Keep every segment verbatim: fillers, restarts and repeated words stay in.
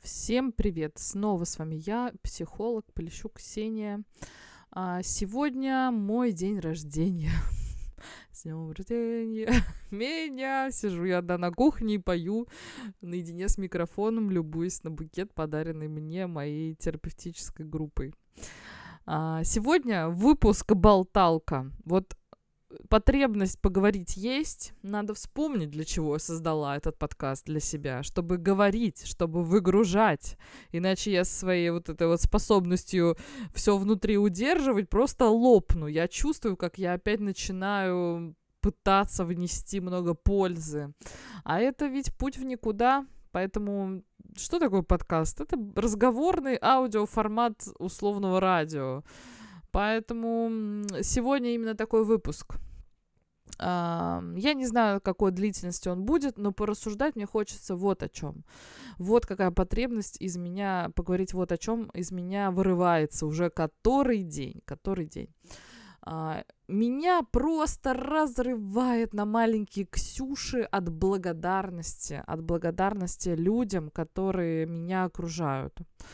Всем привет! Снова с вами я, психолог Полищук Ксения. А сегодня мой день рождения. С днем рождения меня! Сижу я одна на кухне и пою наедине с микрофоном, любуясь на букет, подаренный мне моей терапевтической группой. А сегодня выпуск «Болталка». Вот потребность поговорить есть. Надо вспомнить, для чего я создала этот подкаст для себя. Чтобы говорить, чтобы выгружать. Иначе я со своей вот этой вот способностью все внутри удерживать просто лопну. Я чувствую, как я опять начинаю пытаться внести много пользы. А это ведь путь в никуда. Поэтому что такое подкаст? Это разговорный аудиоформат условного радио. Поэтому сегодня именно такой выпуск. Я не знаю, какой длительности он будет, но порассуждать мне хочется вот о чем. Вот какая потребность из меня, поговорить вот о чем из меня вырывается уже который день, который день. Меня просто разрывает на маленькие Ксюши от благодарности, от благодарности людям, которые меня окружают.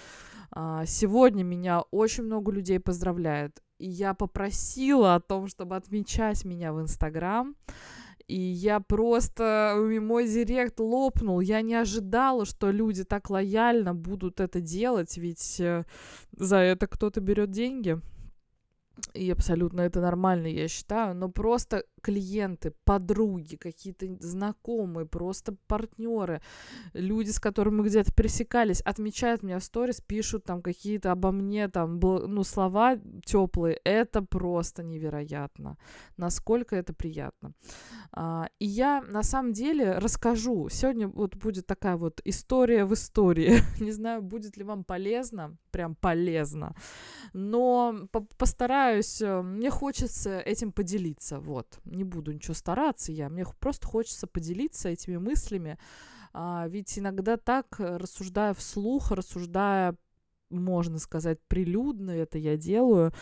Сегодня меня очень много людей поздравляет. И я попросила о том, чтобы отмечать меня в Инстаграм. И я просто... Мой директ лопнул. Я не ожидала, что люди так лояльно будут это делать. Ведь за это кто-то берет деньги. И абсолютно это нормально, я считаю. Но просто клиенты, подруги, какие-то знакомые, просто партнеры, люди, с которыми мы где-то пересекались, отмечают меня в сторис, пишут там какие-то обо мне там, ну, слова теплые. Это просто невероятно. Насколько это приятно. А, и я на самом деле расскажу. Сегодня вот будет такая вот история в истории. Не знаю, будет ли вам полезно, прям полезно. Но по- постараюсь, мне хочется этим поделиться, вот, не буду ничего стараться я, мне просто хочется поделиться этими мыслями, а, ведь иногда так, рассуждая вслух, рассуждая, можно сказать, прилюдно, это я делаю,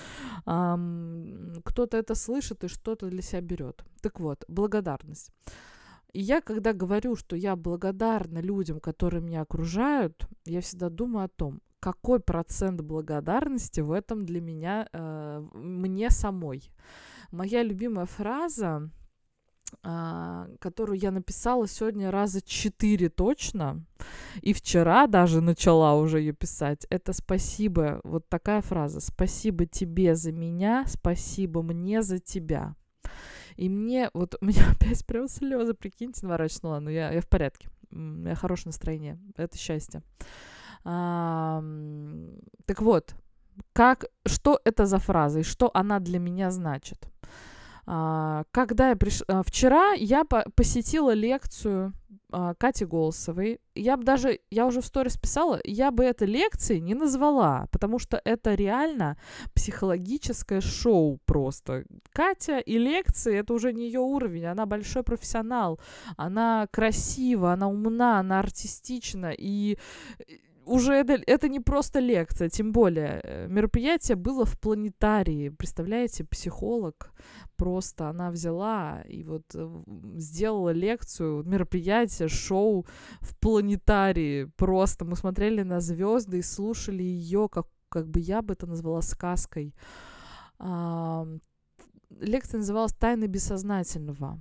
ам, кто-то это слышит и что-то для себя берет. Так вот, благодарность. И я, когда говорю, что я благодарна людям, которые меня окружают, я всегда думаю о том, какой процент благодарности в этом для меня, э, мне самой. Моя любимая фраза, э, которую я написала сегодня раза четыре точно, и вчера даже начала уже ее писать, это спасибо, вот такая фраза, спасибо тебе за меня, спасибо мне за тебя. И мне, вот у меня опять прям слезы, прикиньте, наворачиваются, ну ладно, я, я в порядке, у меня хорошее настроение, это счастье. А, так вот, как, что это за фраза и что она для меня значит? А, когда я приш... а, вчера я по- посетила лекцию а, Кати Голосовой. Я бы даже, я уже в сторис писала, я бы это лекцией не назвала, потому что это реально психологическое шоу просто. Катя и лекции — это уже не ее уровень, она большой профессионал, она красива, она умна, она артистична, и уже это, это не просто лекция, тем более мероприятие было в планетарии, представляете, психолог просто, она взяла и вот сделала лекцию, мероприятие, шоу в планетарии, просто мы смотрели на звезды и слушали ее, как, как бы я бы это назвала, сказкой. А, лекция называлась «Тайны бессознательного».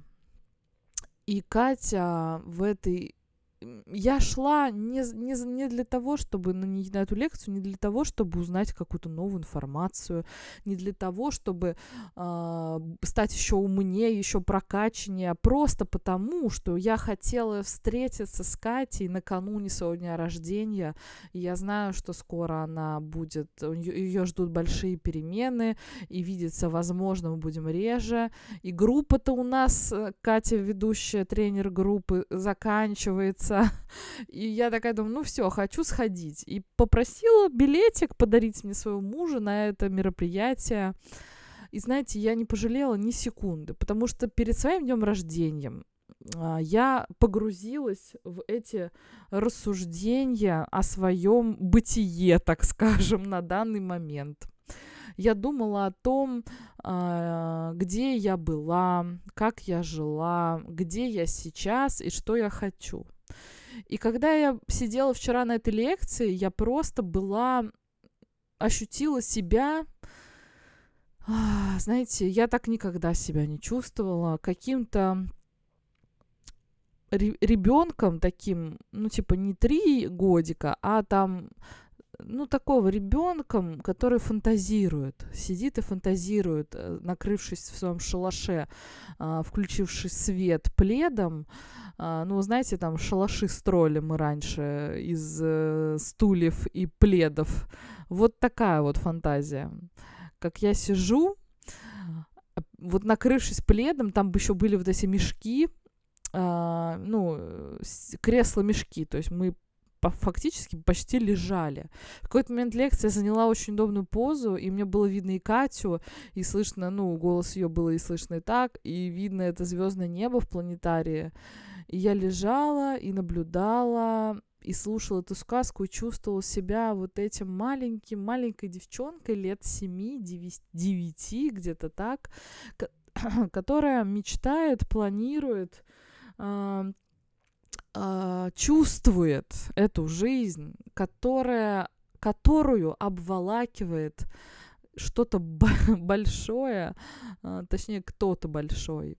И Катя в этой... Я шла не, не, не для того, чтобы на, на эту лекцию, не для того, чтобы узнать какую-то новую информацию, не для того, чтобы э, стать еще умнее, еще прокачаннее, а просто потому, что я хотела встретиться с Катей накануне своего дня рождения. И я знаю, что скоро она будет, ее ждут большие перемены, и видеться, возможно, мы будем реже. И группа-то у нас, Катя, ведущая, тренер группы, заканчивается. И я такая думаю, ну все, хочу сходить. И попросила билетик подарить мне своего мужа на это мероприятие. И знаете, я не пожалела ни секунды, потому что перед своим днем рождения я погрузилась в эти рассуждения о своем бытие, так скажем, на данный момент. Я думала о том, где я была, как я жила, где я сейчас и что я хочу. И когда я сидела вчера на этой лекции, я просто была, ощутила себя, а, знаете, я так никогда себя не чувствовала, каким-то ребенком таким, ну, типа не три годика, а там, ну, такого ребенком, который фантазирует, сидит и фантазирует, э, накрывшись в своем шалаше, а, включивший свет пледом. А, ну, знаете, там шалаши строили мы раньше из э, стульев и пледов. Вот такая вот фантазия. Как я сижу, вот накрывшись пледом, там бы еще были вот эти мешки, а, ну, кресла-мешки, то есть мы фактически почти лежали. В какой-то момент лекции я заняла очень удобную позу, и мне было видно и Катю, и слышно, ну, голос ее было и слышно и так, и видно это звездное небо в планетарии. И я лежала и наблюдала, и слушала эту сказку, и чувствовала себя вот этим маленьким, маленькой девчонкой лет семи, девяти, где-то так, которая мечтает, планирует, э, э, чувствует эту жизнь, которая, которую обволакивает что-то большое, э, точнее, кто-то большой.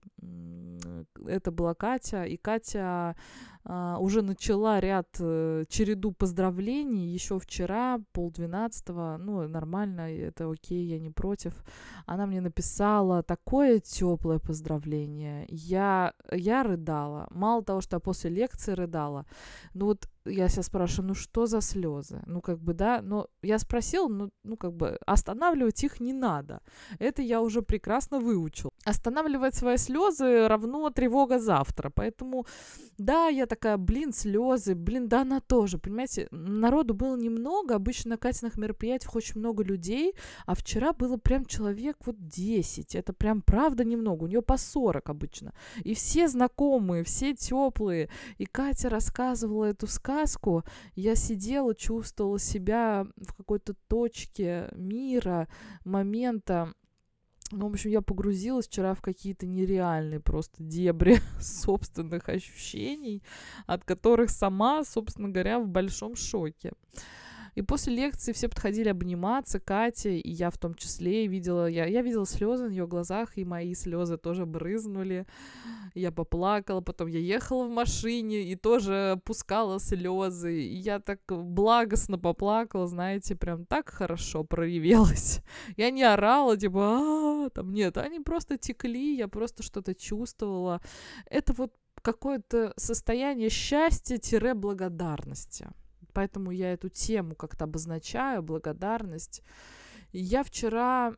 Это была Катя, и Катя а, уже начала ряд, э, череду поздравлений еще вчера, полдвенадцатого, ну, нормально, это окей, я не против. Она мне написала такое теплое поздравление, я, я рыдала, мало того, что я после лекции рыдала, ну вот я себя спрашиваю, ну что за слезы, ну как бы, да, но я спросила, ну, ну как бы останавливать их не надо, это я уже прекрасно выучил. Останавливать свои слезы равно тревога завтра, поэтому, да, я такая, блин, слезы, блин, да, она тоже, понимаете, народу было немного, обычно на Катиных мероприятиях очень много людей, а вчера было прям человек вот десять, это прям правда немного, у нее по сорок обычно, и все знакомые, все теплые, и Катя рассказывала эту сказку, я сидела, чувствовала себя в какой-то точке мира, момента. Ну, в общем, я погрузилась вчера в какие-то нереальные просто дебри собственных ощущений, от которых сама, собственно говоря, в большом шоке. И после лекции все подходили обниматься, Катя, и я в том числе, видела, я, я видела слезы на ее глазах, и мои слезы тоже брызнули. Я поплакала, потом я ехала в машине и тоже пускала слезы. И я так благостно поплакала, знаете, прям так хорошо проревелась. Я не орала, типа, а там нет, они просто текли, я просто что-то чувствовала. Это вот какое-то состояние счастья-благодарности. Поэтому я эту тему как-то обозначаю, благодарность. И я вчера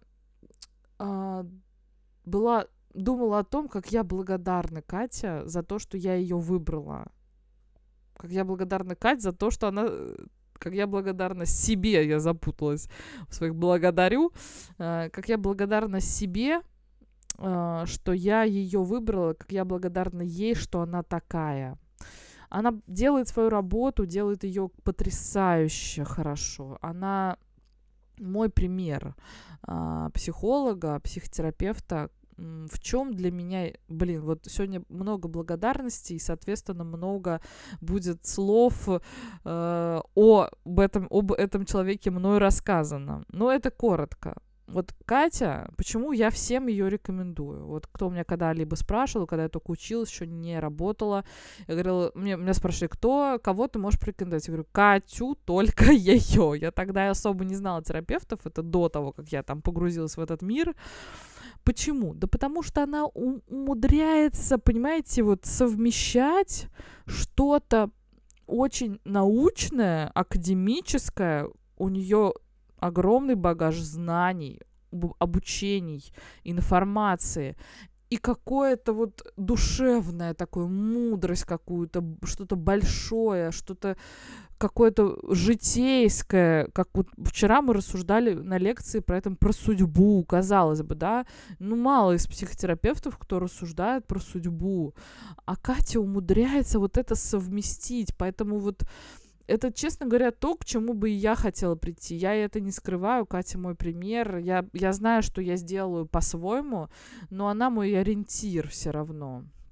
э, была, думала о том, как я благодарна Кате за то, что я ее выбрала. Как я благодарна Кате за то, что она... Как я благодарна себе, я запуталась в своих благодарю. Э, как я благодарна себе, э, что я ее выбрала. Как я благодарна ей, что она такая. Она делает свою работу, делает ее потрясающе хорошо. Она мой пример а, психолога, психотерапевта. В чем для меня, блин, вот сегодня много благодарности и, соответственно, много будет слов э, о, об, этом, об этом человеке мною рассказано. Но это коротко. Вот Катя, почему я всем ее рекомендую? Вот кто меня когда-либо спрашивал, когда я только училась, еще не работала, я говорила, мне, меня спрашивали, кто, кого ты можешь порекомендовать? Я говорю, Катю, только ее. Я тогда особо не знала терапевтов, это до того, как я там погрузилась в этот мир. Почему? Да потому что она умудряется, понимаете, вот совмещать что-то очень научное, академическое, у нее огромный багаж знаний, обучений, информации и какое-то вот душевное такое, мудрость какую-то, что-то большое, что-то какое-то житейское, как вот вчера мы рассуждали на лекции про это, про судьбу, казалось бы, да, ну мало из психотерапевтов, кто рассуждает про судьбу, а Катя умудряется вот это совместить, поэтому вот это, честно говоря, то, к чему бы и я хотела прийти. Я это не скрываю, Катя мой пример. Я, я знаю, что я сделаю по-своему, но она мой ориентир все равно.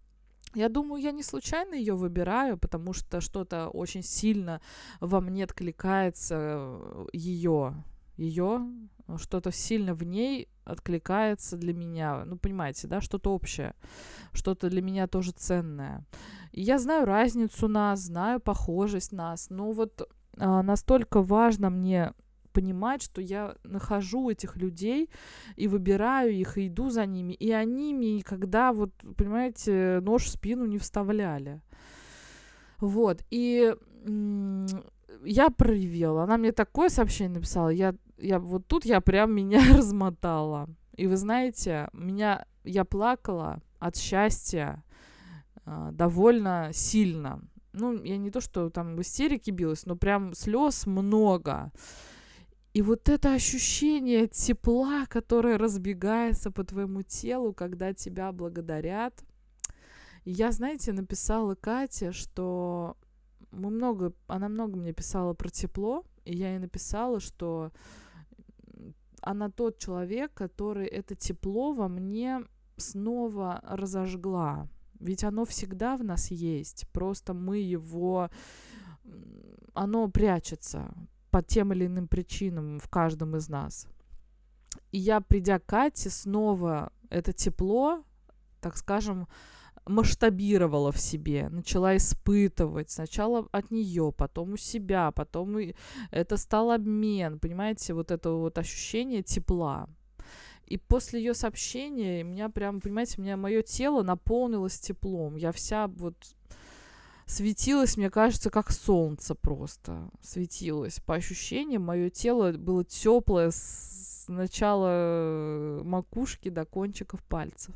Я думаю, я не случайно ее выбираю, потому что что-то очень сильно во мне откликается ее, ее, что-то сильно в ней откликается для меня. Ну, понимаете, да, что-то общее, что-то для меня тоже ценное. И я знаю разницу нас, знаю похожесть нас, но вот а, настолько важно мне понимать, что я нахожу этих людей и выбираю их, и иду за ними, и они мне никогда, вот, понимаете, нож в спину не вставляли. Вот, и м- я проревела. Она мне такое сообщение написала, я, я вот тут я прям меня размотала. И вы знаете, меня, я плакала от счастья а, довольно сильно. Ну, я не то, что там в истерике билась, но прям слез много. И вот это ощущение тепла, которое разбегается по твоему телу, когда тебя благодарят. И я, знаете, написала Кате, что мы много, она много мне писала про тепло, и я ей написала, что она тот человек, который это тепло во мне снова разожгла. Ведь оно всегда в нас есть, просто мы его, оно прячется по тем или иным причинам в каждом из нас. И я, придя к Кате, снова это тепло, так скажем, масштабировала в себе, начала испытывать. Сначала от нее, потом у себя, потом и это стал обмен, понимаете, вот это вот ощущение тепла. И после ее сообщения у меня прям, понимаете, у меня мое тело наполнилось теплом. Я вся вот светилась, мне кажется, как солнце просто светилось. По ощущениям, мое тело было теплое с начала макушки до кончиков пальцев.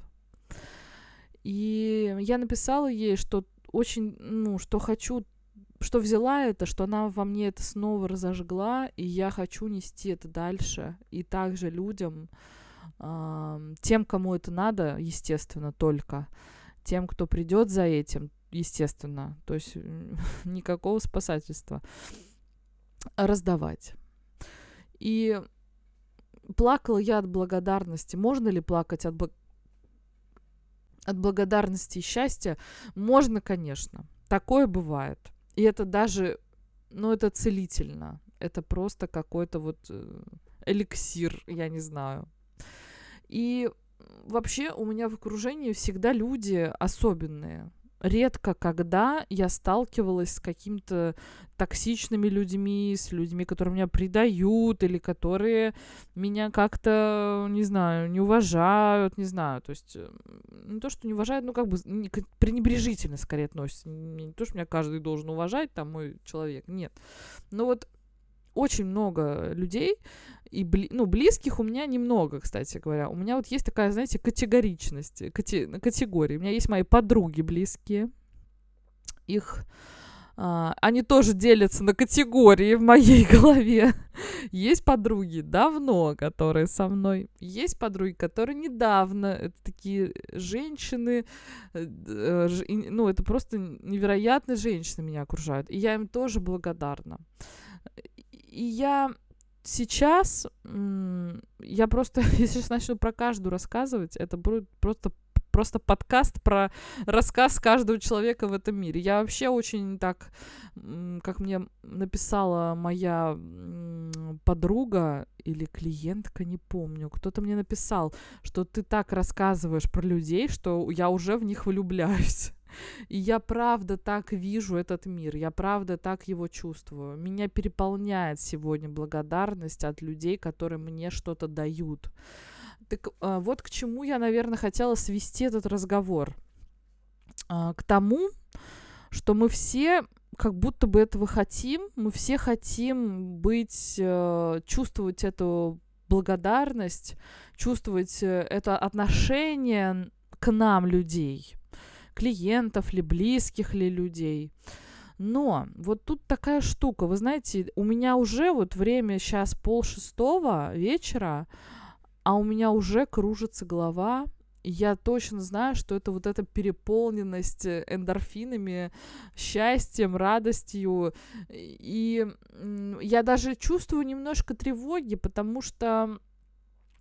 И я написала ей, что очень, ну, что хочу, что взяла это, что она во мне это снова разожгла, и я хочу нести это дальше. И также людям, э, тем, кому это надо, естественно, только, тем, кто придет за этим, естественно, то есть никакого спасательства, раздавать. И плакала я от благодарности. Можно ли плакать от, б... от благодарности и счастья? Можно, конечно. Такое бывает. И это даже, ну, это целительно. Это просто какой-то вот эликсир, я не знаю. И вообще у меня в окружении всегда люди особенные. Редко когда я сталкивалась с какими-то токсичными людьми, с людьми, которые меня предают или которые меня как-то, не знаю, не уважают, не знаю. То есть не то, что не уважают, ну как бы пренебрежительно скорее относятся. Не то, что меня каждый должен уважать, там мой человек, нет. Но вот очень много людей, и бли, ну, близких у меня немного, кстати говоря. У меня вот есть такая, знаете, категоричность, кати, категория. У меня есть мои подруги близкие. Их, а, они тоже делятся на категории в моей голове. Есть подруги давно, которые со мной. Есть подруги, которые недавно. Это такие женщины, ну, это просто невероятные женщины меня окружают. И я им тоже благодарна. И я сейчас, я просто, если сейчас начну про каждую рассказывать, это будет просто, просто подкаст про рассказ каждого человека в этом мире. Я вообще очень так, как мне написала моя подруга или клиентка, не помню, кто-то мне написал, что ты так рассказываешь про людей, что я уже в них влюбляюсь. И я правда так вижу этот мир, я правда так его чувствую. Меня переполняет сегодня благодарность от людей, которые мне что-то дают. Так вот к чему я, наверное, хотела свести этот разговор. К тому, что мы все как будто бы этого хотим, мы все хотим быть, чувствовать эту благодарность, чувствовать это отношение к нам людей. Клиентов ли, близких ли людей. Но вот тут такая штука, вы знаете, у меня уже вот время сейчас полшестого вечера, а у меня уже кружится голова, и я точно знаю, что это вот эта переполненность эндорфинами, счастьем, радостью, и я даже чувствую немножко тревоги, потому что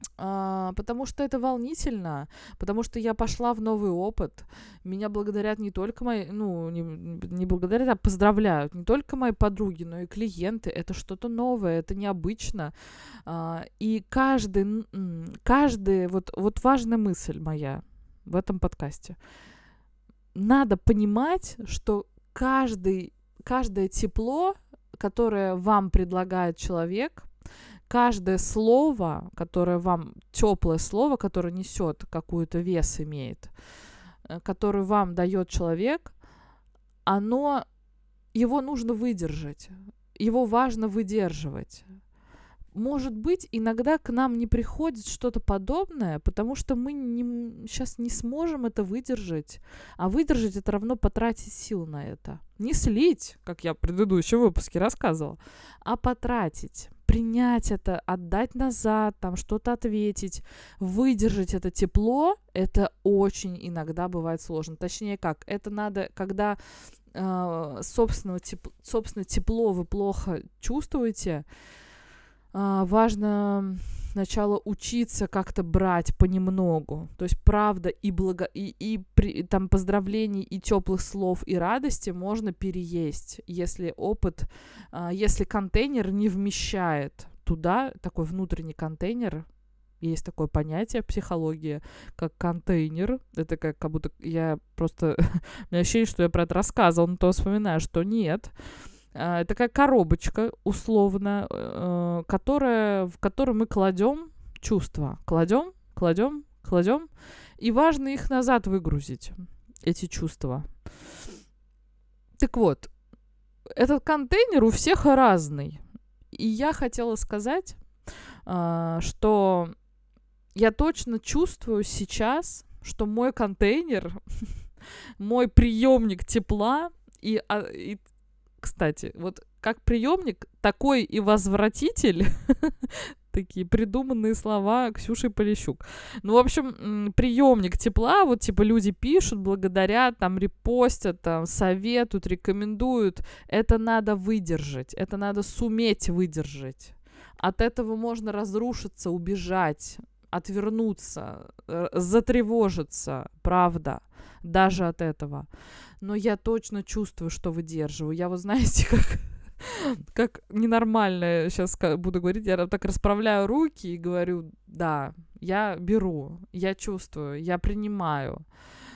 А, потому что это волнительно, потому что я пошла в новый опыт. Меня благодарят не только мои, ну, не, не благодарят, а поздравляют не только мои подруги, но и клиенты. Это что-то новое, это необычно. А, и каждый, м, каждый, вот, вот важная мысль моя в этом подкасте. Надо понимать, что каждый, каждое тепло, которое вам предлагает человек, каждое слово, которое вам, теплое слово, которое несет какую-то вес имеет, э, которое вам дает человек, оно, его нужно выдержать, его важно выдерживать. Может быть, иногда к нам не приходит что-то подобное, потому что мы не, сейчас не сможем это выдержать. А выдержать — это равно потратить сил на это. Не слить, как я в предыдущем выпуске рассказывала, а потратить. Принять это, отдать назад, там что-то ответить, выдержать это тепло, это очень иногда бывает сложно. Точнее как, это надо, когда э, собственного теп- собственно тепло вы плохо чувствуете, Uh, важно сначала учиться как-то брать понемногу. То есть, правда, и, благо, и, и, при, там поздравлений, и теплых слов, и радости можно переесть, если опыт, uh, если контейнер не вмещает туда, такой внутренний контейнер, есть такое понятие в психологии, как контейнер. Это как, как будто я просто... У меня ощущение, что я про это рассказывала, но то вспоминаю, что нет. Это такая коробочка, условно, э, которая, в которую мы кладем чувства. Кладем, кладем, кладем. И важно их назад выгрузить, эти чувства. Так вот, этот контейнер у всех разный. И я хотела сказать, э, что я точно чувствую сейчас, что мой контейнер, мой приемник тепла и... и Кстати, вот как приемник, такой и возвратитель. Такие придуманные слова Ксюши Полищук. Ну, в общем, приемник тепла, вот типа люди пишут, благодарят, там репостят, там советуют, рекомендуют. Это надо выдержать, это надо суметь выдержать. От этого можно разрушиться, убежать, отвернуться, затревожиться, правда, даже от этого. Но я точно чувствую, что выдерживаю. Я, вот знаете, как, как ненормально сейчас буду говорить, я так расправляю руки и говорю, да, я беру, я чувствую, я принимаю.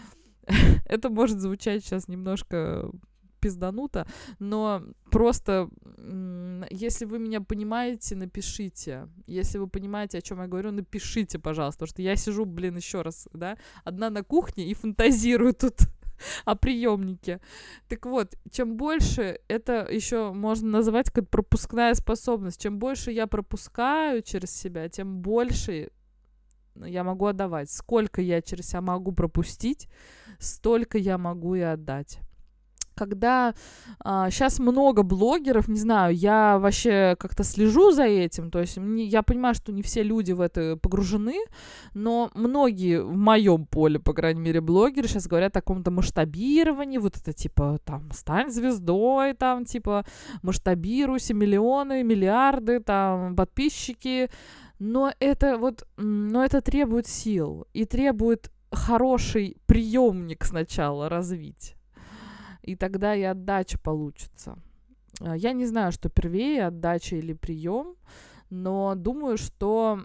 Это может звучать сейчас немножко пиздануто, но просто, если вы меня понимаете, напишите. Если вы понимаете, о чем я говорю, напишите, пожалуйста, потому что я сижу, блин, еще раз, да, одна на кухне и фантазирую тут о приемнике. Так вот, чем больше, это еще можно назвать как пропускная способность, чем больше я пропускаю через себя, тем больше я могу отдавать. Сколько я через себя могу пропустить, столько я могу и отдать. Когда а, сейчас много блогеров, не знаю, я вообще как-то слежу за этим, то есть мне, я понимаю, что не все люди в это погружены, но многие в моем поле, по крайней мере, блогеры сейчас говорят о каком-то масштабировании, вот это типа там стань звездой, там типа масштабируйся, миллионы, миллиарды, там подписчики, но это вот, но это требует сил и требует хороший приемник сначала развить. И тогда и отдача получится. Я не знаю, что первее, отдача или прием, но думаю, что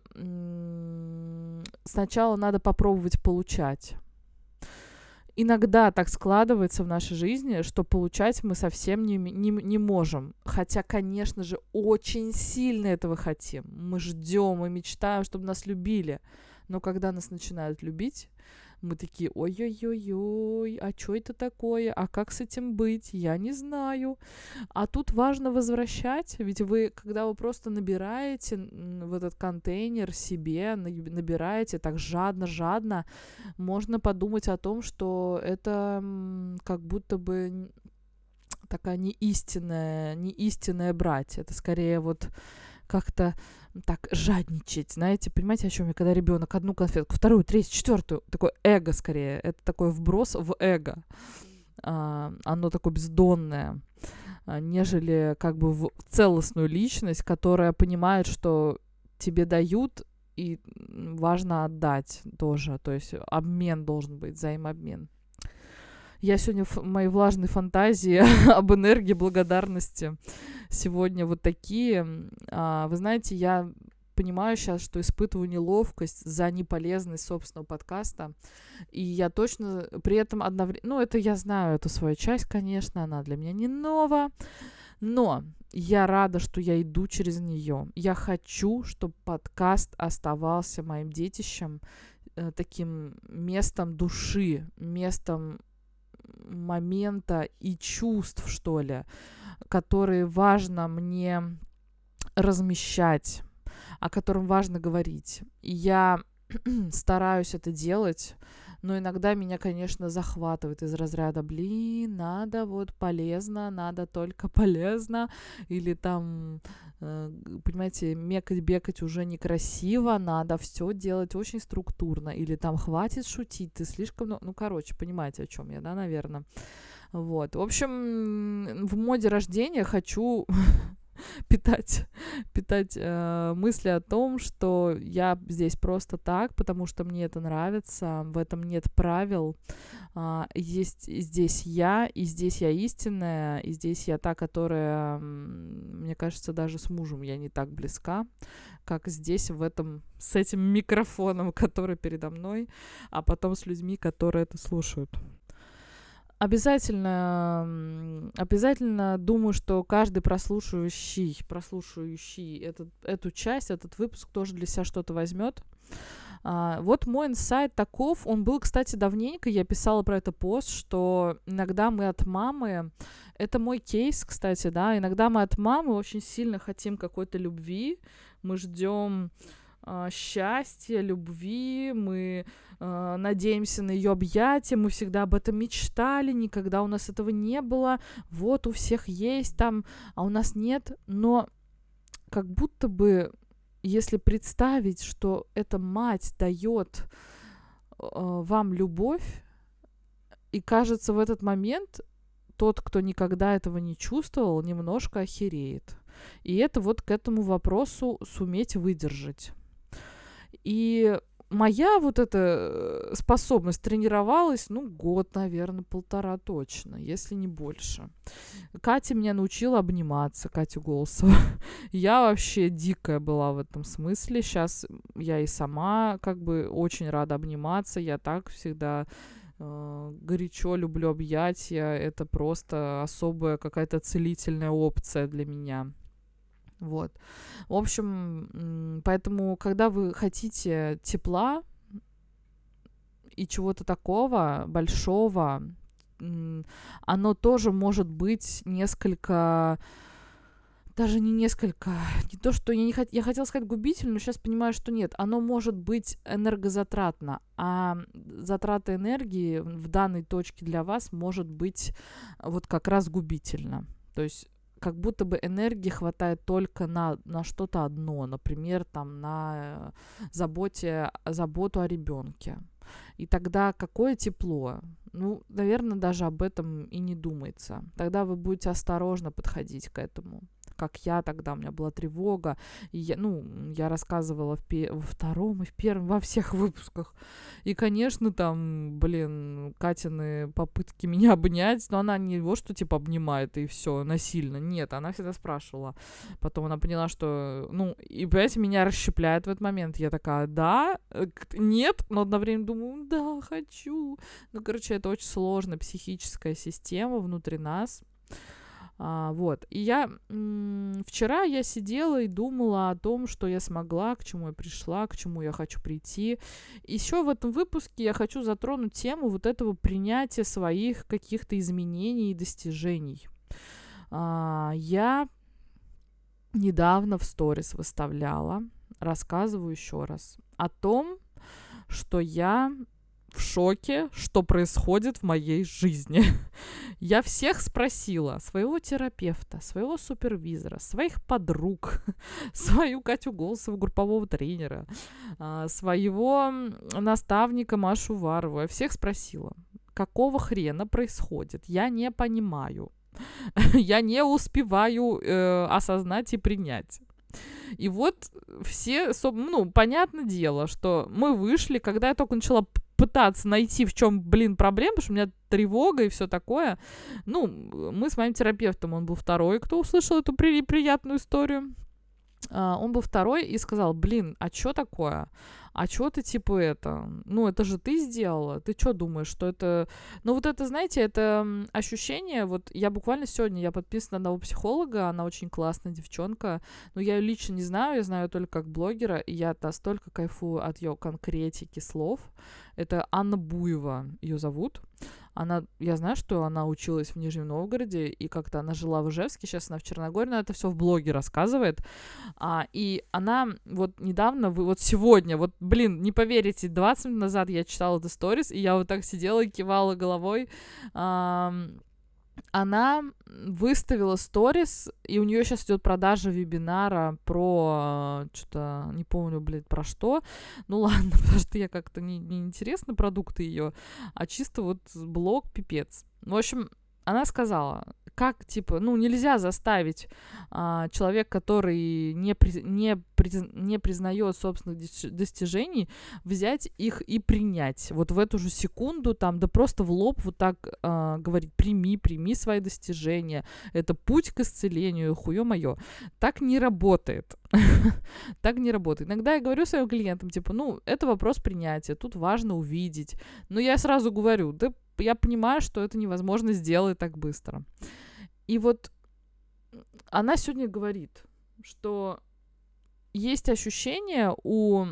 м- сначала надо попробовать получать. Иногда так складывается в нашей жизни, что получать мы совсем не, не, не можем. Хотя, конечно же, очень сильно этого хотим. Мы ждем, мы мечтаем, чтобы нас любили. Но когда нас начинают любить, мы такие, ой-ой-ой-ой, а что это такое? А как с этим быть? Я не знаю. А тут важно возвращать, ведь вы, когда вы просто набираете в этот контейнер себе, набираете так жадно-жадно, можно подумать о том, что это как будто бы такая неистинная, неистинная брать. Это скорее вот как-то так жадничать, знаете, понимаете, о чем я, когда ребенок одну конфетку, вторую, третью, четвертую, такое эго скорее, это такой вброс в эго, а, оно такое бездонное, а, нежели как бы в целостную личность, которая понимает, что тебе дают, и важно отдать тоже, то есть обмен должен быть, взаимообмен. Я сегодня, в моей влажной фантазии об энергии благодарности сегодня вот такие. А, вы знаете, я понимаю сейчас, что испытываю неловкость за неполезность собственного подкаста, и я точно при этом одновременно... Ну, это я знаю, эту свою часть, конечно, она для меня не нова, но я рада, что я иду через нее. Я хочу, чтобы подкаст оставался моим детищем, э, таким местом души, местом момента и чувств, что ли, которые важно мне размещать, о котором важно говорить. И я стараюсь это делать, но иногда меня, конечно, захватывает из разряда, блин, надо вот полезно, надо только полезно, или там, э, понимаете, мекать-бекать уже некрасиво, надо все делать очень структурно, или там хватит шутить, ты слишком, ну, ну короче, понимаете, о чем я, да, наверное. Вот, в общем, в моде рождения хочу питать, питать э, мысли о том, что я здесь просто так, потому что мне это нравится, в этом нет правил. А, есть здесь я, и здесь я истинная, и здесь я та, которая, мне кажется, даже с мужем я не так близка, как здесь, в этом, с этим микрофоном, который передо мной, а потом с людьми, которые это слушают. Обязательно, обязательно думаю, что каждый прослушивающий, прослушивающий этот, эту часть, этот выпуск тоже для себя что-то возьмет. А, вот мой инсайт таков. Он был, кстати, давненько. Я писала про это пост, что иногда мы от мамы... Это мой кейс, кстати, да. Иногда мы от мамы очень сильно хотим какой-то любви. Мы ждем э, счастья, любви. Мы э, надеемся на ее объятия. Мы всегда об этом мечтали. Никогда у нас этого не было. Вот у всех есть там, а у нас нет. Но как будто бы... Если представить, что эта мать дает э, вам любовь, и кажется, в этот момент тот, кто никогда этого не чувствовал, немножко охереет. И это вот к этому вопросу суметь выдержать. И моя вот эта способность тренировалась, ну, год, наверное, полтора точно, если не больше. Катя меня научила обниматься, Катя Голосова. Я вообще дикая была в этом смысле. Сейчас я и сама как бы очень рада обниматься. Я так всегда э, горячо люблю объятия. Это просто особая какая-то целительная опция для меня. Вот. В общем, поэтому, когда вы хотите тепла и чего-то такого большого, оно тоже может быть несколько, даже не несколько, не то, что я не хот... я хотела сказать губительно, но сейчас понимаю, что нет, оно может быть энергозатратно, а затрата энергии в данной точке для вас может быть вот как раз губительно. То есть как будто бы энергии хватает только на, на что-то одно, например, там, на заботе, заботу о ребенке. И тогда какое тепло? Ну, наверное, даже об этом и не думается. Тогда вы будете осторожно подходить к этому. Как я тогда, у меня была тревога. И я, ну, я рассказывала в пе- во втором и в первом, во всех выпусках. И, конечно, там, блин, Катины попытки меня обнять, но она не его, что типа обнимает и все насильно. Нет, она всегда спрашивала. Потом она поняла, что, ну, и, понимаете, меня расщепляет в этот момент. Я такая, да, нет, но одновременно думаю, да, хочу. Ну, короче, это очень сложная психическая система внутри нас. А, вот. И я м- вчера я сидела и думала о том, что я смогла, к чему я пришла, к чему я хочу прийти. Еще в этом выпуске я хочу затронуть тему вот этого принятия своих каких-то изменений и достижений. А, я недавно в сторис выставляла, рассказываю еще раз, о том, что я в шоке, что происходит в моей жизни. Я всех спросила, своего терапевта, своего супервизора, своих подруг, свою Катю Голосову, группового тренера, своего наставника Машу Варову. Я всех спросила, какого хрена происходит? Я не понимаю. Я не успеваю э, осознать и принять. И вот все, ну, понятное дело, что мы вышли, когда я только начала пытаться найти, в чем, блин, проблема, потому что у меня тревога и все такое. Ну, мы с моим терапевтом, он был второй, кто услышал эту при- приятную историю. Uh, он был второй и сказал, блин, а чё такое? А чё ты, типа, это? Ну, это же ты сделала. Ты чё думаешь, что это... Ну, вот это, знаете, это ощущение... Вот я буквально сегодня, я подписана на одного психолога, она очень классная девчонка, но я ее лично не знаю, я знаю только как блогера, и я настолько кайфую от ее конкретики слов. Это Анна Буева, ее зовут. Она, я знаю, что она училась в Нижнем Новгороде, и как-то она жила в Ижевске, сейчас она в Черногории, но это все в блоге рассказывает. А, и она вот недавно, вот сегодня, вот, блин, не поверите, двадцать минут назад я читала это сторис, и я вот так сидела и кивала головой. А, она выставила сторис, и у нее сейчас идет продажа вебинара про что-то, не помню, блядь, про что. Ну ладно, потому что я как-то не, не интересны продукты ее, а чисто вот блог пипец. В общем, она сказала, как, типа, ну, нельзя заставить а, человека, который не, при, не, приз, не признает собственных достижений, взять их и принять. Вот в эту же секунду, там, да просто в лоб вот так а, говорить, прими, прими свои достижения, это путь к исцелению, хуё моё. Так не работает. Так не работает. Иногда я говорю своим клиентам, типа, ну, это вопрос принятия, тут важно увидеть. Но я сразу говорю, да, я понимаю, что это невозможно сделать так быстро. И вот она сегодня говорит, что есть ощущение у,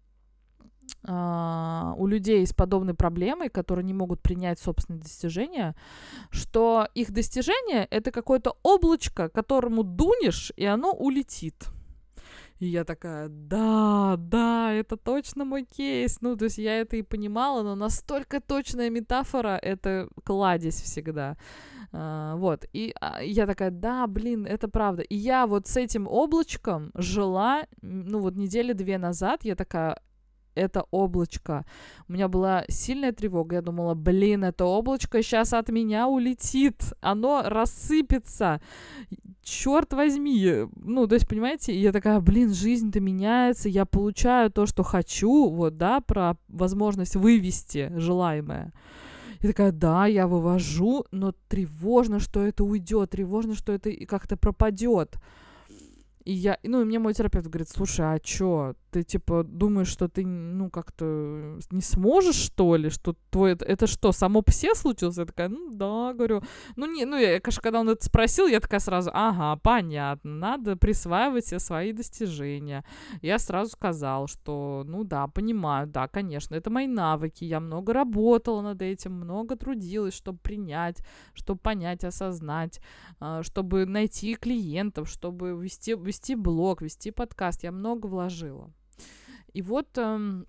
э, у людей с подобной проблемой, которые не могут принять собственные достижения, что их достижение — это какое-то облачко, которому дунешь, и оно улетит. И я такая, да, да, это точно мой кейс. Ну, то есть я это и понимала, но настолько точная метафора — это кладезь всегда. Uh, вот, и uh, я такая, да, блин, это правда. И я вот с этим облачком жила, ну, вот недели две назад, я такая, это облачко. У меня была сильная тревога, я думала, блин, это облачко сейчас от меня улетит, оно рассыпется, черт возьми. Ну, то есть, понимаете, я такая, блин, жизнь-то меняется, я получаю то, что хочу, вот, да, про возможность вывести желаемое. И такая, да, я вывожу, но тревожно, что это уйдет, тревожно, что это как-то пропадет. И я, ну, и мне мой терапевт говорит, слушай, а чё, ты, типа, думаешь, что ты, ну, как-то не сможешь, что ли, что твой, это, это что, само по себе случилось? Я такая, ну, да, говорю, ну, не, ну, я, конечно, когда он это спросил, я такая сразу, ага, понятно, надо присваивать себе свои достижения. Я сразу сказала, что, ну, да, понимаю, да, конечно, это мои навыки, я много работала над этим, много трудилась, чтобы принять, чтобы понять, осознать, чтобы найти клиентов, чтобы вести, вести блог, вести подкаст, я много вложила. И вот, эм,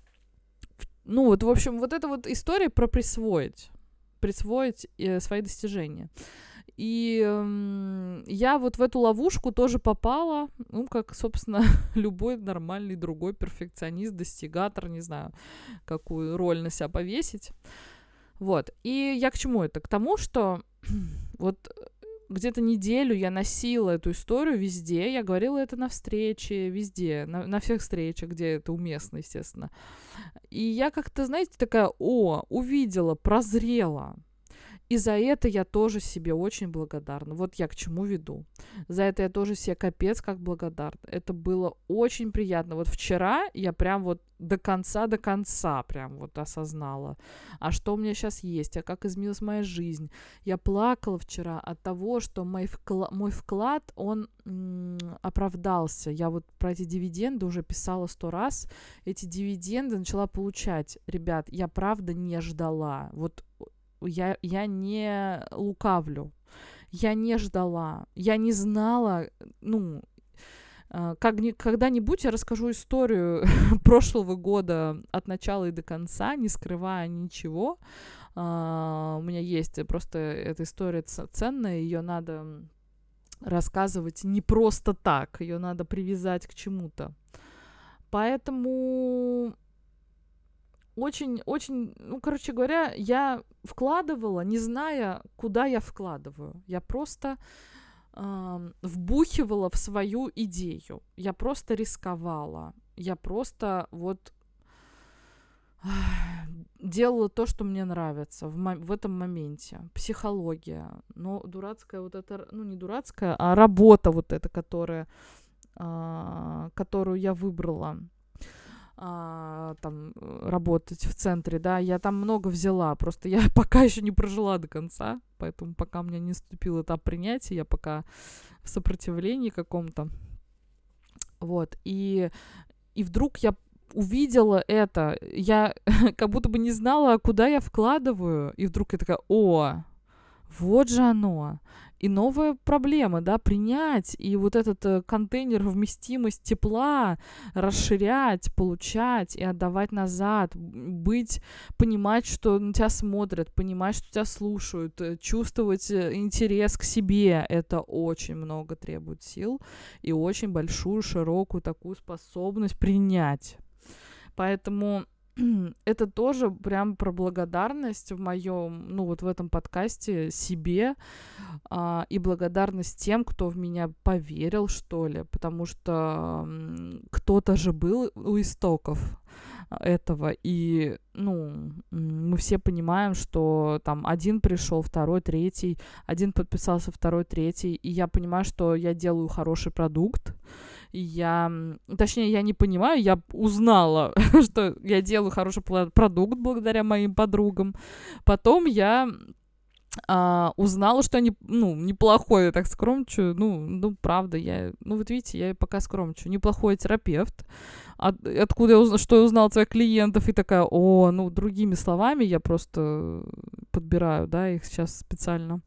ну вот, в общем, вот эта вот история про присвоить, присвоить э, свои достижения. И эм, я вот в эту ловушку тоже попала, ну, как, собственно, любой нормальный другой перфекционист, достигатор, не знаю, какую роль на себя повесить. Вот, и я к чему это? К тому, что вот где-то неделю я носила эту историю везде, я говорила это на встрече, везде, на, на всех встречах, где это уместно, естественно. И я как-то, знаете, такая, о, увидела, прозрела. И за это я тоже себе очень благодарна. Вот я к чему веду. За это я тоже себе капец как благодарна. Это было очень приятно. Вот вчера я прям вот до конца, до конца прям вот осознала, а что у меня сейчас есть, а как изменилась моя жизнь. Я плакала вчера от того, что мой, вкла- мой вклад, он м- оправдался. Я вот про эти дивиденды уже писала сто раз. Эти дивиденды начала получать. Ребят, я правда не ждала. Вот Я, я не лукавлю, я не ждала, я не знала, ну, как, когда-нибудь я расскажу историю прошлого года от начала и до конца, не скрывая ничего. У меня есть просто эта история ценная, ее надо рассказывать не просто так, ее надо привязать к чему-то. Поэтому... Очень, очень, ну, короче говоря, я вкладывала, не зная, куда я вкладываю. Я просто э, вбухивала в свою идею. Я просто рисковала. Я просто вот делала то, что мне нравится в, мо- в этом моменте. Психология. Но дурацкая вот эта, ну не дурацкая, а работа вот эта, которая, а, которую я выбрала, а, там, работать в центре, да, я там много взяла, просто я пока еще не прожила до конца, поэтому пока у меня не наступил этап принятия, я пока в сопротивлении каком-то. Вот, и, и вдруг я увидела это, я как будто бы не знала, куда я вкладываю, и вдруг я такая: о, вот же оно. И новая проблема, да, принять и вот этот э, контейнер вместимость тепла расширять, получать и отдавать назад, м, быть, понимать, что на тебя смотрят, понимать, что тебя слушают, э, чувствовать э, интерес к себе. Это очень много требует сил и очень большую, широкую такую способность принять. Поэтому это тоже прям про благодарность в моем, ну вот в этом подкасте себе, а, и благодарность тем, кто в меня поверил, что ли, потому что м, кто-то же был у истоков этого, и, ну, м, мы все понимаем, что там один пришел, второй, третий, один подписался, второй, третий, и я понимаю, что я делаю хороший продукт, и я, м, точнее, я не понимаю, я узнала, что я делаю хороший пла- продукт благодаря моим подругам. Потом я а, узнала, что они, ну, неплохой, я так скромничаю, ну, ну, правда, я, ну, вот видите, я пока скромничаю, неплохой терапевт. От- откуда я узнала, что я узнала от своих клиентов, и такая: о, ну, другими словами, я просто подбираю, да, их сейчас специально.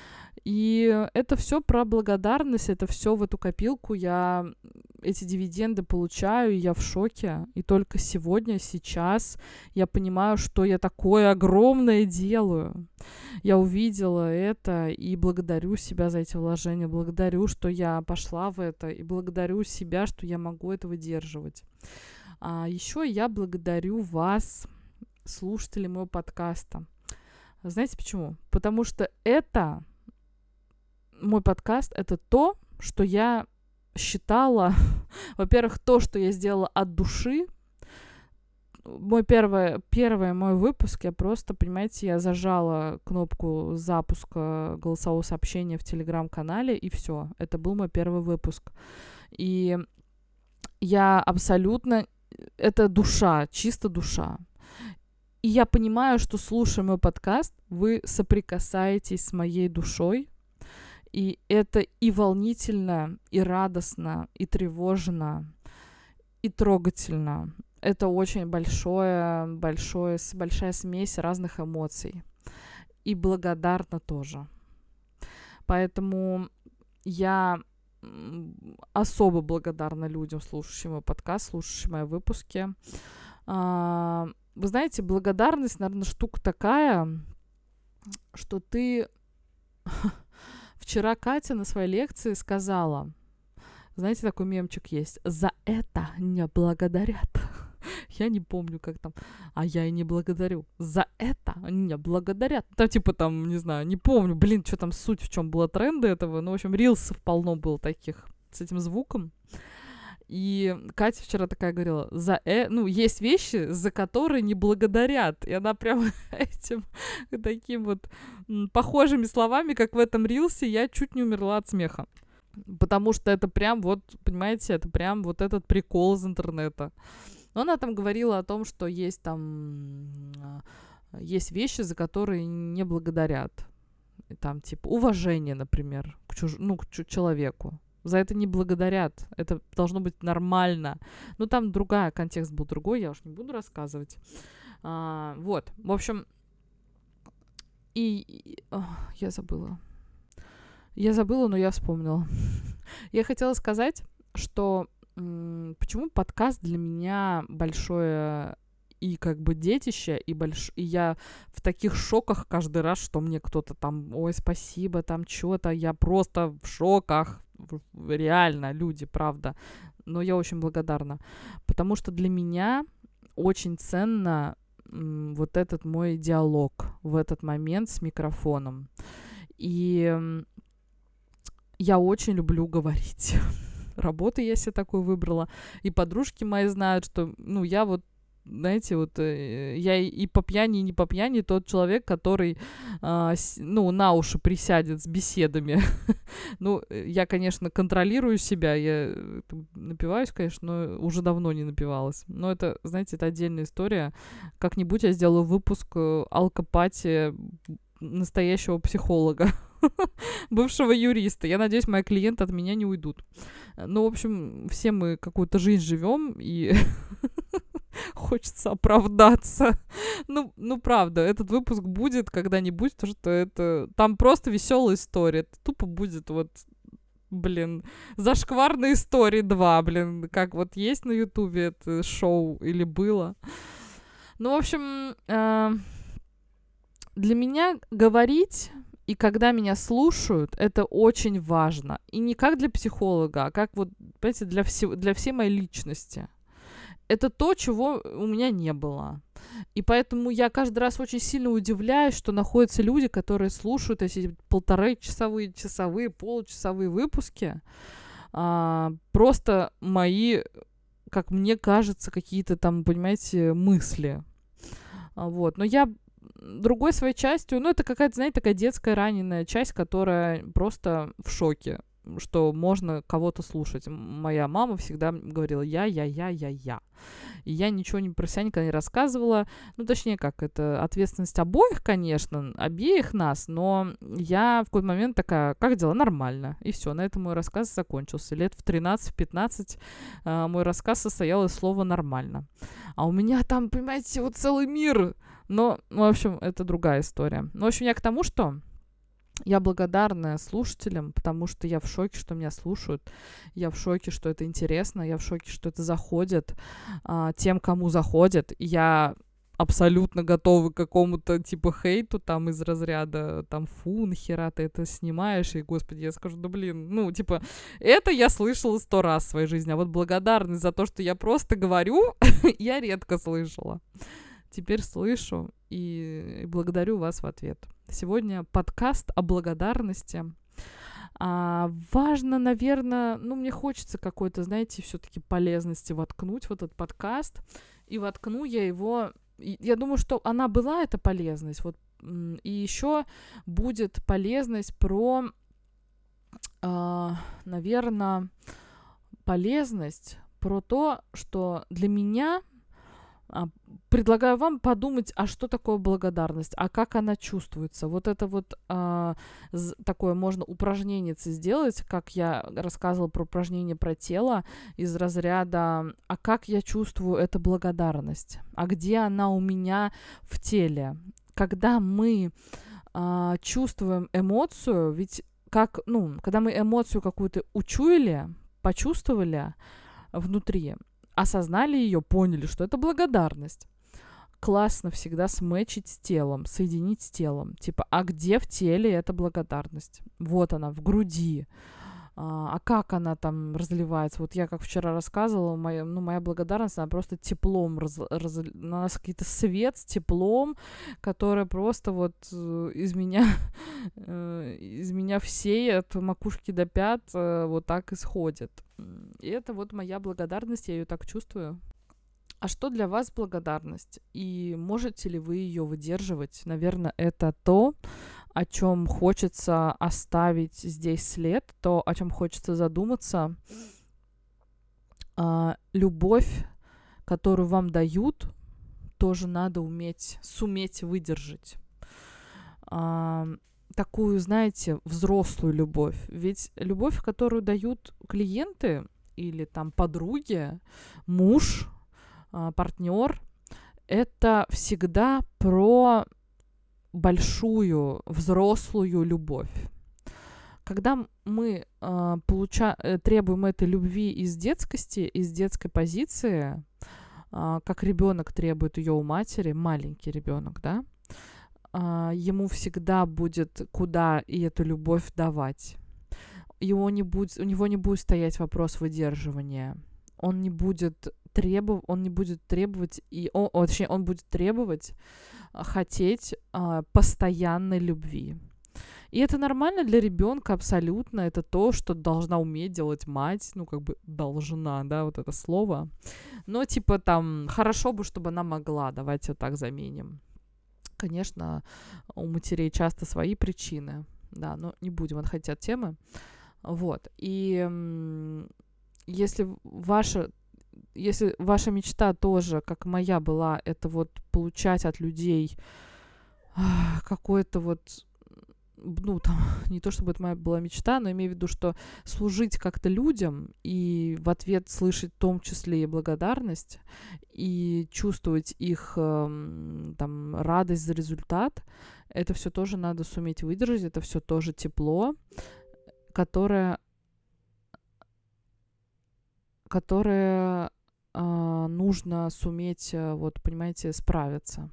И это все про благодарность, это все в эту копилку. Я эти дивиденды получаю, и я в шоке. И только сегодня, сейчас я понимаю, что я такое огромное делаю. Я увидела это и благодарю себя за эти вложения, благодарю, что я пошла в это, и благодарю себя, что я могу это выдерживать. А еще я благодарю вас, слушатели моего подкаста. Знаете почему? Потому что это мой подкаст — это то, что я считала, во-первых, то, что я сделала от души. Мой первый, первый мой выпуск, я просто, понимаете, я зажала кнопку запуска голосового сообщения в Телеграм-канале, и все. Это был мой первый выпуск. И я абсолютно... Это душа, чисто душа. И я понимаю, что, слушая мой подкаст, вы соприкасаетесь с моей душой, и это и волнительно, и радостно, и тревожно, и трогательно. Это очень большое, большое, большая смесь разных эмоций. И благодарна тоже. Поэтому я особо благодарна людям, слушающим мой подкаст, слушающим мои выпуски. Вы знаете, благодарность, наверное, штука такая, что ты... Вчера Катя на своей лекции сказала, знаете, такой мемчик есть: за это не благодарят. Я не помню, как там. А я и не благодарю. За это не благодарят. Там типа там, не знаю, не помню, блин, что там суть, в чем была тренда этого. Ну, в общем, рилсов полно было таких с этим звуком. И Катя вчера такая говорила: за э... ну, есть вещи, за которые не благодарят. И она прям этим таким вот м, похожими словами, как в этом рилсе, я чуть не умерла от смеха. Потому что это прям вот, понимаете, это прям вот этот прикол из интернета. Но она там говорила о том, что есть там есть вещи, за которые не благодарят. И там типа уважение, например, к чуж... ну, к чу- человеку. За это не благодарят. Это должно быть нормально. Ну, там другая, контекст был другой, я уж не буду рассказывать. А, вот, в общем, и... и о, я забыла. Я забыла, но я вспомнила. Я хотела сказать, что м, почему подкаст для меня большое и как бы детище, и, больш... и я в таких шоках каждый раз, что мне кто-то там: ой, спасибо, там что-то, я просто в шоках. Реально, люди, правда. Но я очень благодарна. Потому что для меня очень ценно м, вот этот мой диалог в этот момент с микрофоном. И м, я очень люблю говорить. Работу я себе такую выбрала. И подружки мои знают, что, ну, я вот, знаете, вот э, я и, и по пьяни, и не по пьяни тот человек, который, э, с, ну, на уши присядет с беседами. Ну, я, конечно, контролирую себя, я напиваюсь, конечно, но уже давно не напивалась. Но это, знаете, это отдельная история. Как-нибудь я сделаю выпуск алкопати настоящего психолога, бывшего юриста. Я надеюсь, мои клиенты от меня не уйдут. Ну, в общем, все мы какую-то жизнь живем, и хочется оправдаться. Ну, ну, правда, этот выпуск будет когда-нибудь, потому что это... Там просто веселая история. Это тупо будет вот, блин, «Зашкварные истории два», блин, как вот есть на Ютубе это шоу или было. Ну, в общем, э, для меня говорить... И когда меня слушают, это очень важно. И не как для психолога, а как вот, понимаете, для, всего, для всей моей личности. Это то, чего у меня не было. И поэтому я каждый раз очень сильно удивляюсь, что находятся люди, которые слушают эти полторы часовые, часовые, получасовые выпуски. А, просто мои, как мне кажется, какие-то там, понимаете, мысли. А, вот. Но я... другой своей частью, ну, это какая-то, знаете, такая детская раненая часть, которая просто в шоке, что можно кого-то слушать. Моя мама всегда говорила «я, я, я, я, я». И я ничего не про себя никогда не рассказывала. Ну, точнее, как, это ответственность обоих, конечно, обеих нас, но я в какой-то момент такая, как дела? Нормально. И все, на этом мой рассказ закончился. Лет в тринадцать-пятнадцать э, мой рассказ состоял из слова «нормально». А у меня там, понимаете, вот целый мир. Но, в общем, это другая история. Ну, в общем, я к тому, что я благодарна слушателям, потому что я в шоке, что меня слушают. Я в шоке, что это интересно. Я в шоке, что это заходит а, тем, кому заходит. Я абсолютно готова к какому-то типа хейту там из разряда там фу, нахера ты это снимаешь? И, господи, я скажу, да блин, ну, типа, это я слышала сто раз в своей жизни. А вот благодарность за то, что я просто говорю, я редко слышала. Теперь слышу и, и благодарю вас в ответ. Сегодня подкаст о благодарности. А, важно, наверное, ну, мне хочется какой-то, знаете, все-таки полезности воткнуть в этот подкаст. И воткну я его... И я думаю, что она была, эта полезность. Вот, и еще будет полезность про, а, наверное, полезность про то, что для меня... Предлагаю вам подумать, а что такое благодарность, а как она чувствуется. Вот это вот а, з- такое можно упражнение сделать, как я рассказывала про упражнение про тело, из разряда, а как я чувствую эту благодарность, а где она у меня в теле. Когда мы а, чувствуем эмоцию, ведь как, ну, когда мы эмоцию какую-то учуяли, почувствовали внутри, осознали ее, поняли, что это благодарность. Классно всегда сметчить с телом, соединить с телом. Типа, а где в теле эта благодарность? Вот она, в груди. А, а как она там разливается? Вот я, как вчера рассказывала, моя, ну, моя благодарность, она просто теплом, раз, раз, у нас какой-то свет с теплом, который просто вот из меня, из меня всей от макушки до пят вот так исходит. И это вот моя благодарность, я ее так чувствую. А что для вас благодарность? И можете ли вы ее выдерживать? Наверное, это то, о чем хочется оставить здесь след, то, о чем хочется задуматься. А, любовь, которую вам дают, тоже надо уметь, суметь выдержать. А, такую, знаете, взрослую любовь. Ведь любовь, которую дают клиенты или там подруги, муж, партнер, это всегда про большую взрослую любовь. Когда мы э, получа- требуем этой любви из детскости, из детской позиции, э, как ребенок требует ее у матери, маленький ребенок, да, э, ему всегда будет куда и эту любовь давать. Его не будет, у него не будет стоять вопрос выдерживания. Он не будет требовать, он не будет требовать, и он, точнее, он будет требовать, хотеть а, постоянной любви. И это нормально для ребенка абсолютно. Это то, что должна уметь делать мать. Ну, как бы должна, да, вот это слово. Но, типа, там, хорошо бы, чтобы она могла. Давайте вот так заменим. Конечно, у матерей часто свои причины. Да, но не будем отходить от темы. Вот. И м, если ваша, если ваша мечта тоже, как моя была, это вот получать от людей а, какое-то вот, ну, там, не то чтобы это моя была мечта, но имею в виду, что служить как-то людям и в ответ слышать в том числе и благодарность, и чувствовать их эм, там радость за результат, это все тоже надо суметь выдержать, это все тоже тепло, которое, которое э, нужно суметь, э, вот, понимаете, справиться.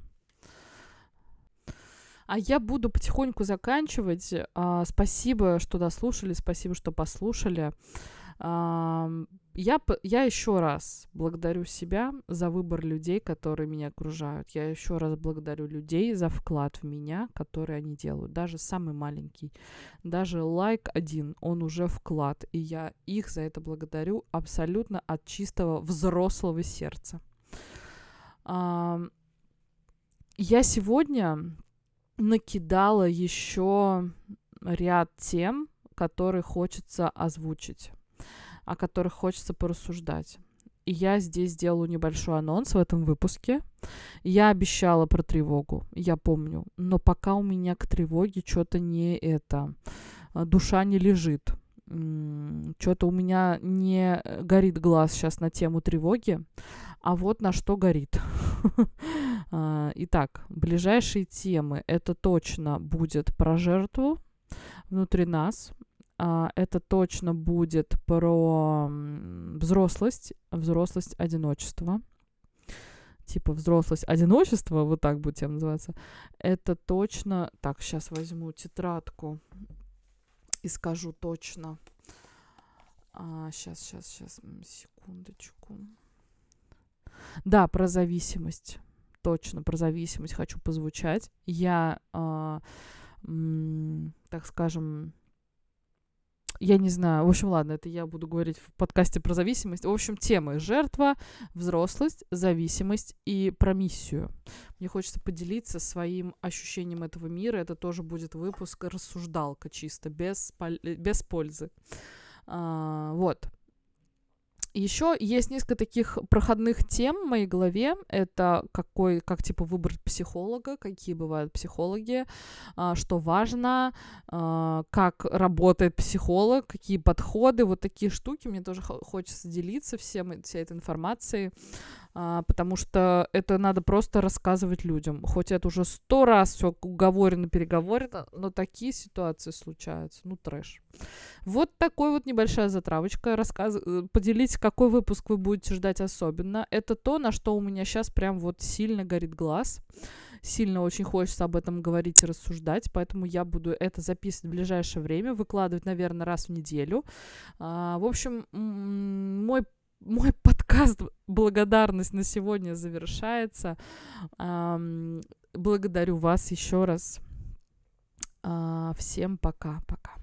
А я буду потихоньку заканчивать. А, спасибо, что дослушали, спасибо, что послушали. А, я, я еще раз благодарю себя за выбор людей, которые меня окружают. Я еще раз благодарю людей за вклад в меня, который они делают. Даже самый маленький. Даже лайк один, он уже вклад. И я их за это благодарю абсолютно от чистого взрослого сердца. А, я сегодня накидала еще ряд тем, которые хочется озвучить, о которых хочется порассуждать. И я здесь сделаю небольшой анонс в этом выпуске. Я обещала про тревогу, я помню, но пока у меня к тревоге что-то не это, душа не лежит. Что-то у меня не горит глаз сейчас на тему тревоги, а вот на что горит. Итак, ближайшие темы. Это точно будет про жертву внутри нас. Это точно будет про взрослость, взрослость одиночества. Типа взрослость одиночества, вот так будет тема называться. Это точно... Так, сейчас возьму тетрадку и скажу точно. А, сейчас, сейчас, сейчас, секундочку. Да, про зависимость. Точно, про зависимость хочу позвучать. Я, э, м, так скажем, я не знаю, в общем, ладно, это я буду говорить в подкасте про зависимость. В общем, темы жертва, взрослость, зависимость и про миссию. Мне хочется поделиться своим ощущением этого мира. Это тоже будет выпуск рассуждалка чисто, без, без пользы. А, вот. Еще есть несколько таких проходных тем в моей голове. Это какой, как типа выбрать психолога, какие бывают психологи, а, что важно, а, как работает психолог, какие подходы, вот такие штуки. Мне тоже хочется делиться всем, всей этой информацией, а, потому что это надо просто рассказывать людям. Хоть это уже сто раз все уговорено, переговорено, но такие ситуации случаются. Ну, трэш. Вот такой вот небольшая затравочка. Рассказ... Поделитесь, какой выпуск вы будете ждать особенно. Это то, на что у меня сейчас прям вот сильно горит глаз. Сильно очень хочется об этом говорить и рассуждать, поэтому я буду это записывать в ближайшее время, выкладывать, наверное, раз в неделю. А, в общем, мой Мой подкаст «Благодарность» на сегодня завершается. А, благодарю вас еще раз. А, всем пока-пока.